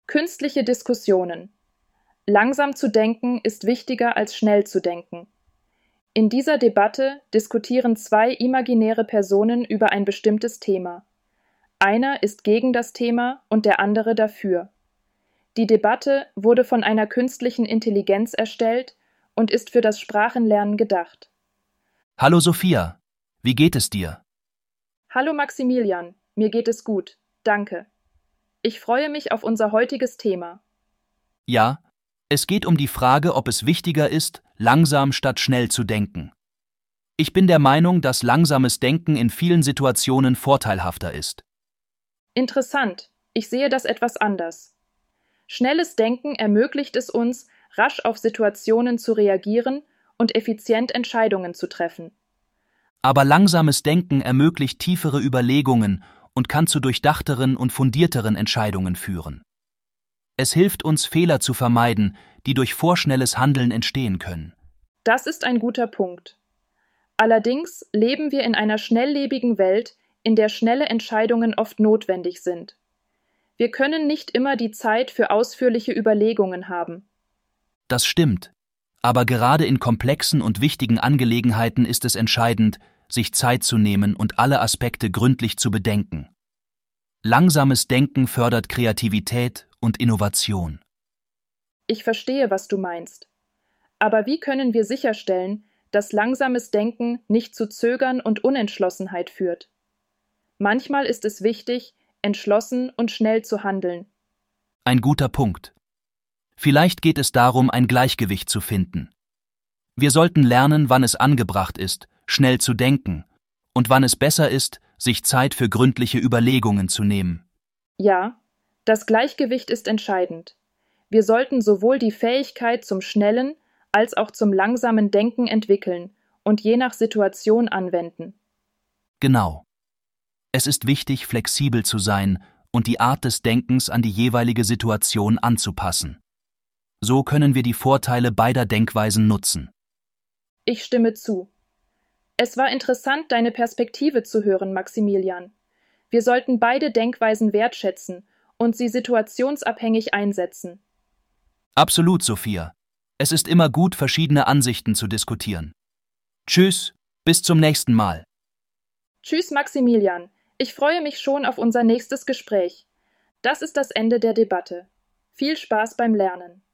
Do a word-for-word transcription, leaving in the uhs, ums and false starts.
Künstliche Diskussionen. Langsam zu denken ist wichtiger als schnell zu denken. In dieser Debatte diskutieren zwei imaginäre Personen über ein bestimmtes Thema. Einer ist gegen das Thema und der andere dafür. Die Debatte wurde von einer künstlichen Intelligenz erstellt und ist für das Sprachenlernen gedacht. Hallo Sophia, wie geht es dir? Hallo Maximilian, mir geht es gut, danke. Ich freue mich auf unser heutiges Thema. Ja, es geht um die Frage, ob es wichtiger ist, langsam statt schnell zu denken. Ich bin der Meinung, dass langsames Denken in vielen Situationen vorteilhafter ist. Interessant, ich sehe das etwas anders. Schnelles Denken ermöglicht es uns, rasch auf Situationen zu reagieren und effizient Entscheidungen zu treffen. Aber langsames Denken ermöglicht tiefere Überlegungen und kann zu durchdachteren und fundierteren Entscheidungen führen. Es hilft uns, Fehler zu vermeiden, die durch vorschnelles Handeln entstehen können. Das ist ein guter Punkt. Allerdings leben wir in einer schnelllebigen Welt, in der schnelle Entscheidungen oft notwendig sind. Wir können nicht immer die Zeit für ausführliche Überlegungen haben. Das stimmt. Aber gerade in komplexen und wichtigen Angelegenheiten ist es entscheidend, sich Zeit zu nehmen und alle Aspekte gründlich zu bedenken. Langsames Denken fördert Kreativität und Innovation. Ich verstehe, was du meinst. Aber wie können wir sicherstellen, dass langsames Denken nicht zu Zögern und Unentschlossenheit führt? Manchmal ist es wichtig, entschlossen und schnell zu handeln. Ein guter Punkt. Vielleicht geht es darum, ein Gleichgewicht zu finden. Wir sollten lernen, wann es angebracht ist, schnell zu denken, und wann es besser ist, sich Zeit für gründliche Überlegungen zu nehmen. Ja, das Gleichgewicht ist entscheidend. Wir sollten sowohl die Fähigkeit zum schnellen als auch zum langsamen Denken entwickeln und je nach Situation anwenden. Genau. Es ist wichtig, flexibel zu sein und die Art des Denkens an die jeweilige Situation anzupassen. So können wir die Vorteile beider Denkweisen nutzen. Ich stimme zu. Es war interessant, deine Perspektive zu hören, Maximilian. Wir sollten beide Denkweisen wertschätzen und sie situationsabhängig einsetzen. Absolut, Sophia. Es ist immer gut, verschiedene Ansichten zu diskutieren. Tschüss, bis zum nächsten Mal. Tschüss, Maximilian. Ich freue mich schon auf unser nächstes Gespräch. Das ist das Ende der Debatte. Viel Spaß beim Lernen.